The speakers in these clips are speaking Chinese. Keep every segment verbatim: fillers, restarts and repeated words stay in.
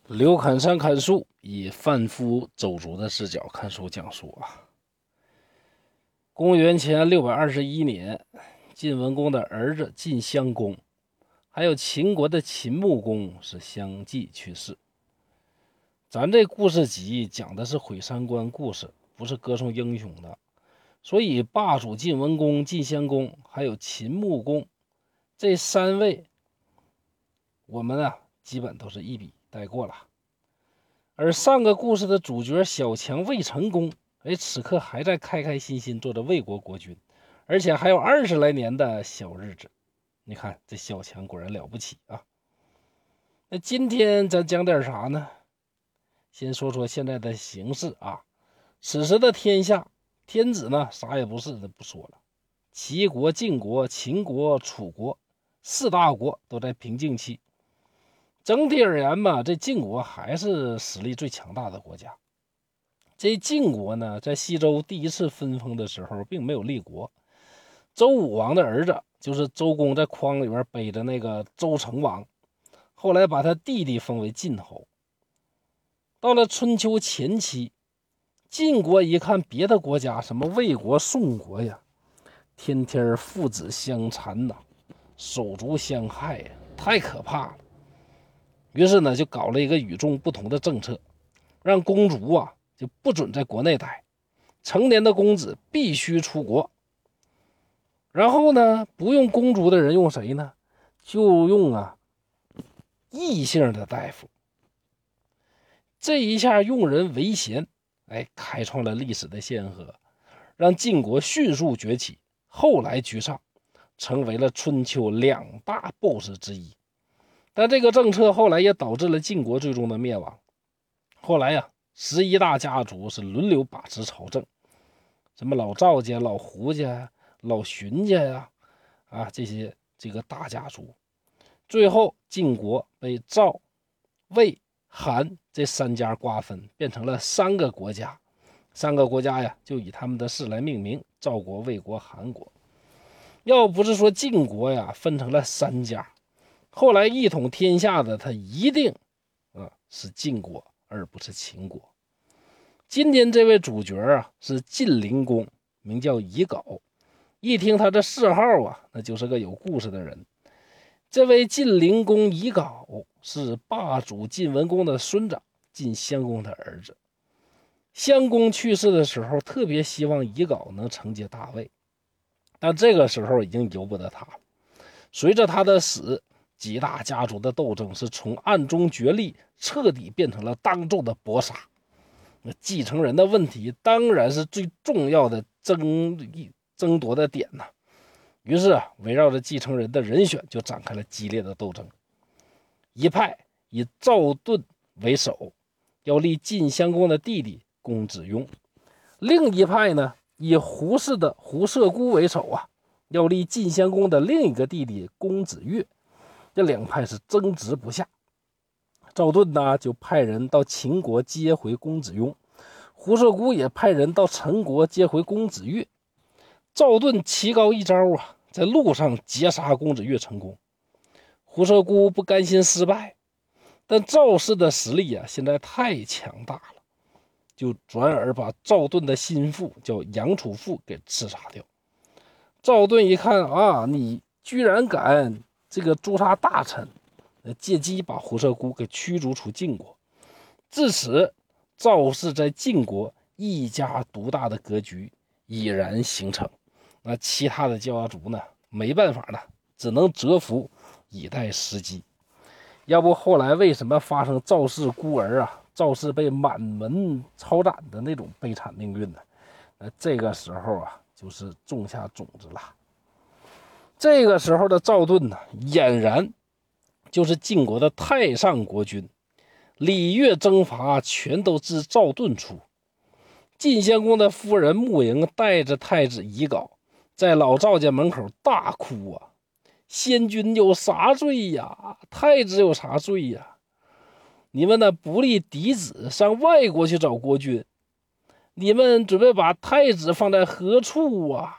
刘侃山看书，以贩夫走卒的视角看书讲述啊。公元前六百二十一年，晋文公的儿子晋襄公，还有秦国的秦穆公是相继去世。咱这故事集讲的是毁三观故事，不是歌颂英雄的，所以霸主晋文公、晋襄公还有秦穆公这三位，我们啊基本都是一笔带过了。而上个故事的主角小强魏成功，哎，此刻还在开开心心做着魏国国君，而且还有二十来年的小日子。你看这小强果然了不起啊！那今天咱讲点啥呢？先说说现在的形势啊。此时的天下，天子呢啥也不是，不说了。齐国、晋国、秦国、楚国四大国都在瓶颈期。整体而言吧，这晋国还是实力最强大的国家。这晋国呢，在西周第一次分封的时候，并没有立国。周武王的儿子，就是周公在筐里边背着那个周成王，后来把他弟弟封为晋侯。到了春秋前期，晋国一看别的国家，什么魏国、宋国呀，天天父子相残呐，手足相害呀，太可怕了。于是呢，就搞了一个与众不同的政策，让公主啊就不准在国内待，成年的公子必须出国。然后呢，不用公主的人用谁呢？就用啊异姓的大夫。这一下用人唯贤，哎，开创了历史的先河，让晋国迅速崛起，后来居上，成为了春秋两大 boss 之一。但这个政策后来也导致了晋国最终的灭亡。后来呀，十一大家族是轮流把持朝政，什么老赵家、老胡家、老荀家呀，啊，这些这个大家族，最后晋国被赵、魏、韩这三家瓜分，变成了三个国家。三个国家呀，就以他们的氏来命名：赵国、魏国、韩国。要不是说晋国呀分成了三家，后来一统天下的他一定啊是晋国，而不是秦国。今天这位主角啊是晋灵公，名叫乙镐。一听他的谥号啊，那就是个有故事的人。这位晋灵公乙镐是霸主晋文公的孙子，晋襄公的儿子。襄公去世的时候，特别希望乙镐能承接大位，但这个时候已经由不得他了。随着他的死，几大家族的斗争是从暗中角力彻底变成了当众的搏杀。那继承人的问题当然是最重要的争争夺的点呐。于是啊，围绕着继承人的人选就展开了激烈的斗争。一派以赵盾为首，要立晋襄公的弟弟公子雍；另一派呢，以胡氏的胡射姑为首啊，要立晋襄公的另一个弟弟公子越。这两派是争执不下。赵盾呢就派人到秦国接回公子雍，胡射姑也派人到陈国接回公子越。赵盾棋高一招啊，在路上截杀公子越成功。胡射姑不甘心失败，但赵氏的实力啊现在太强大了，就转而把赵盾的心腹叫杨楚父给刺杀掉。赵盾一看啊，你居然敢这个诛杀大臣，借机把胡射姑给驱逐出晋国。至此，赵氏在晋国一家独大的格局已然形成。那其他的家族呢，没办法了，只能蛰伏以待时机。要不后来为什么发生赵氏孤儿啊，赵氏被满门抄斩的那种悲惨命运呢？那这个时候啊，就是种下种子了。这个时候的赵盾呢，俨然就是晋国的太上国君，礼乐征伐全都自赵盾出。晋襄公的夫人穆莹带着太子乙镐在老赵家门口大哭啊，先君有啥罪呀？太子有啥罪呀？你们呢不立嫡子，上外国去找国君，你们准备把太子放在何处啊？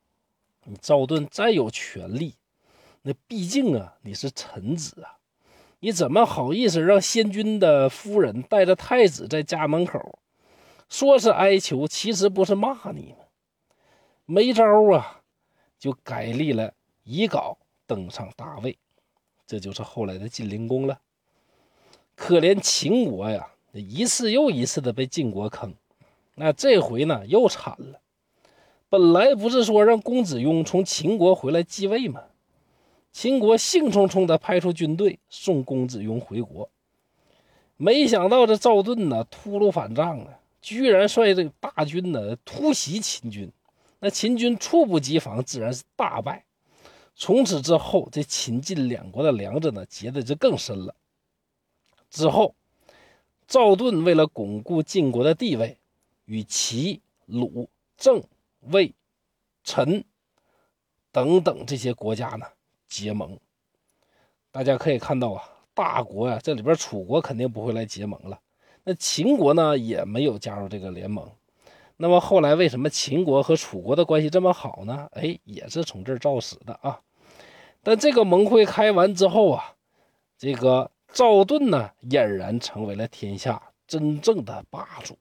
你赵盾再有权力，那毕竟啊你是臣子啊， 你怎么好意思让先君的夫人带着太子在家门口，说是哀求，其实不是骂你吗？没招啊，就改立了遗稿，登上大位，这就是后来的晋灵公了。可怜秦国呀，一次又一次的被晋国坑，那这回呢又惨了。本来不是说让公子雍从秦国回来继位吗？秦国兴冲冲的派出军队送公子雍回国，没想到这赵盾呢秃噜反账了，居然率这个大军呢突袭秦军。那秦军猝不及防，自然是大败。从此之后，这秦晋两国的梁子呢结的就更深了。之后，赵盾为了巩固晋国的地位，与齐、鲁、郑、魏、陈等等这些国家呢结盟。大家可以看到啊，大国啊，这里边楚国肯定不会来结盟了，那秦国呢也没有加入这个联盟。那么后来为什么秦国和楚国的关系这么好呢？哎，也是从这儿造始的啊。但这个盟会开完之后啊，这个赵盾呢俨然成为了天下真正的霸主。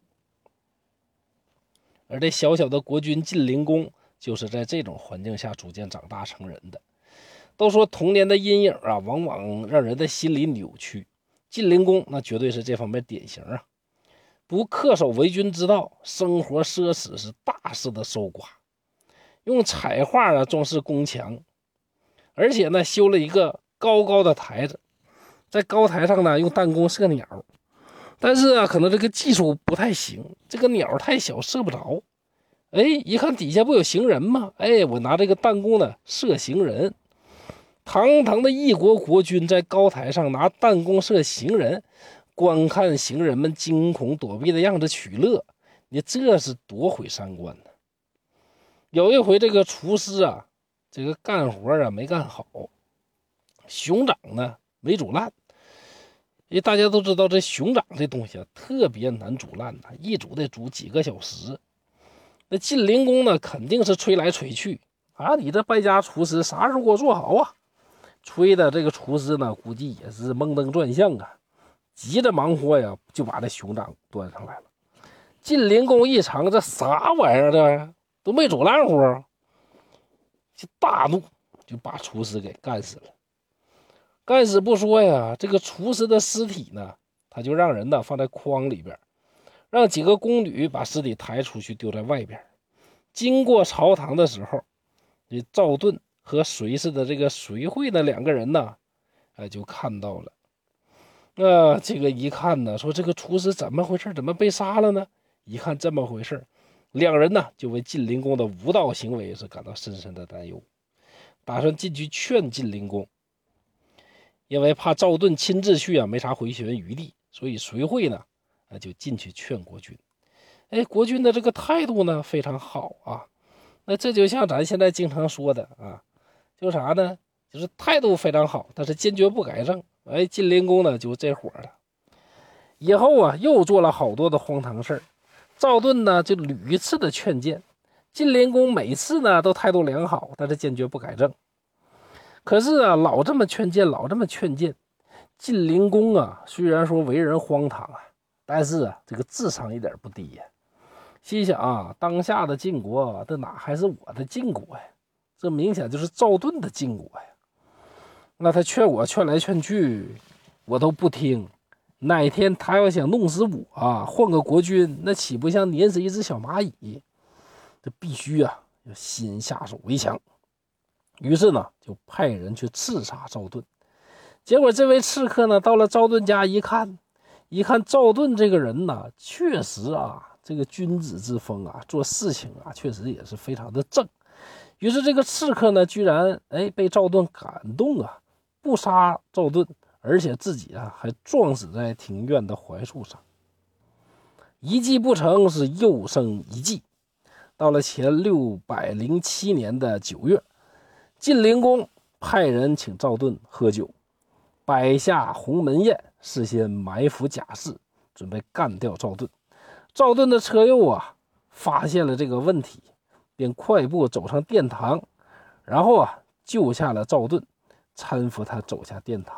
而这小小的国君晋灵公就是在这种环境下逐渐长大成人的。都说童年的阴影啊，往往让人的心理扭曲。晋灵公那绝对是这方面典型啊。不恪守为君之道，生活奢侈，是大肆的搜刮，用彩画啊装饰宫墙，而且呢修了一个高高的台子，在高台上呢用弹弓射鸟，但是啊可能这个技术不太行，这个鸟太小射不着。哎，一看底下不有行人吗？哎，我拿这个弹弓呢射行人。堂堂的一国国君在高台上拿弹弓射行人，观看行人们惊恐躲避的样子取乐，你这是多毁三观呢。有一回这个厨师啊，这个干活啊没干好，熊掌呢没煮烂。因为大家都知道这熊掌这东西啊特别难煮烂呐，一煮得煮几个小时。那晋灵公呢肯定是吹来吹去啊，你这败家厨师啥时候给我做好啊？吹的这个厨师呢估计也是蒙登转向啊，急着忙活呀，就把这熊掌端上来了。晋灵公一尝，这啥玩意儿，这都没煮烂乎，就大怒，就把厨师给干死了。干死不说呀，这个厨师的尸体呢，他就让人呢放在筐里边，让几个宫女把尸体抬出去丢在外边。经过朝堂的时候，这赵盾和随侍的这个随惠的两个人呢，哎，就看到了。那、呃、这个一看呢，说这个厨师怎么回事？怎么被杀了呢？一看这么回事，两人呢就为晋灵公的无道行为是感到深深的担忧，打算进去劝晋灵公。因为怕赵盾亲自去啊，没啥回旋余地，所以随惠呢，啊就进去劝国君。哎，国君的这个态度呢非常好啊。那这就像咱现在经常说的啊，就啥呢？就是态度非常好，但是坚决不改正。哎，晋灵公呢就这伙了。以后啊又做了好多的荒唐事儿，赵盾呢就屡次的劝谏，晋灵公每次呢都态度良好，但是坚决不改正。可是啊老这么劝谏，老这么劝谏，晋灵公啊虽然说为人荒唐啊，但是啊这个智商一点不低呀。心想啊，当下的晋国这哪还是我的晋国呀？这明显就是赵盾的晋国呀。那他劝我劝来劝去，我都不听。哪天他要想弄死我啊，换个国君，那岂不像碾死一只小蚂蚁？这必须啊，要先下手为强。于是呢，就派人去刺杀赵盾。结果这位刺客呢，到了赵盾家一看，一看赵盾这个人呢，确实啊，这个君子之风啊，做事情啊，确实也是非常的正。于是这个刺客呢，居然哎被赵盾感动啊，不杀赵盾，而且自己啊还撞死在庭院的槐树上。一计不成，是又生一计。到了前六百零七年的九月，晋灵公派人请赵盾喝酒，摆下鸿门宴，事先埋伏假释，准备干掉赵盾。赵盾的车右啊发现了这个问题，便快步走上殿堂，然后啊救下了赵盾，搀扶他走下殿堂。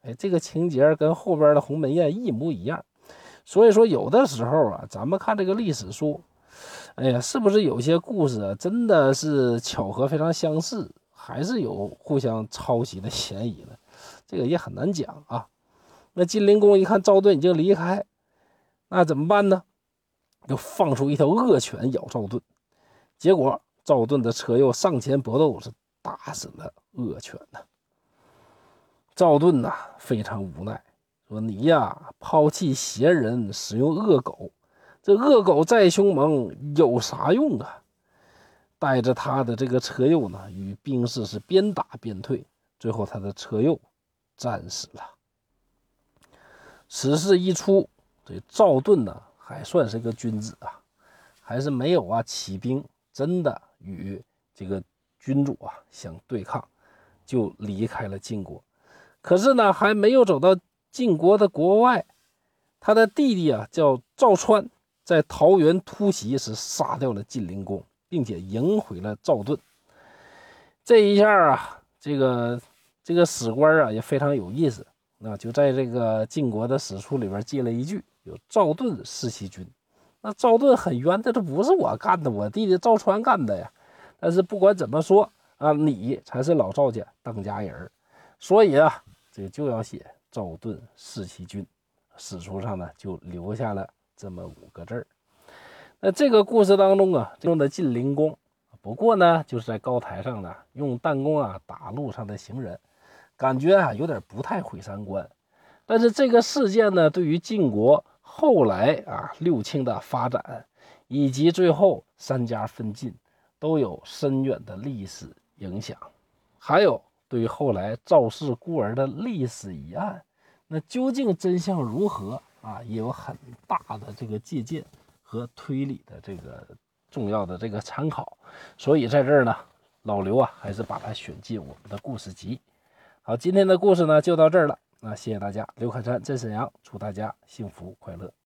哎，这个情节跟后边的鸿门宴一模一样。所以说有的时候啊，咱们看这个历史书，哎呀，是不是有些故事啊，真的是巧合非常相似，还是有互相抄袭的嫌疑呢？这个也很难讲啊。那晋灵公一看赵盾已经离开，那怎么办呢？就放出一条恶犬咬赵盾，结果赵盾的车右上前搏斗，是打死了恶犬呢。赵盾呐、啊、非常无奈，说你呀抛弃贤人，使用恶狗，这恶狗再凶猛有啥用啊？带着他的这个车右呢，与兵士是边打边退，最后他的车右战死了。此事一出，这赵盾呢还算是个君子啊，还是没有啊起兵真的与这个君主啊相对抗，就离开了晋国。可是呢，还没有走到晋国的国外，他的弟弟啊叫赵川，在桃园突袭，是杀掉了晋灵公，并且迎回了赵盾。这一下啊，这个这个史官啊也非常有意思。那就在这个晋国的史书里边记了一句，有赵盾弑其君。那赵盾很冤的，这不是我干的，我弟弟赵川干的呀。但是不管怎么说啊，你才是老赵家当家人，所以啊，这就要写赵盾弑其君。史书上呢就留下了这么五个字儿。那这个故事当中啊，用的晋灵公，不过呢就是在高台上呢用弹弓啊打路上的行人。感觉啊有点不太毁三观，但是这个事件呢，对于晋国后来啊六卿的发展，以及最后三家分晋，都有深远的历史影响。还有对于后来赵氏孤儿的历史疑案，那究竟真相如何啊，也有很大的这个借鉴和推理的这个重要的这个参考。所以在这儿呢，老刘啊还是把它选进我们的故事集。好，今天的故事呢就到这儿了。那谢谢大家，刘侃山在沈阳，祝大家幸福快乐。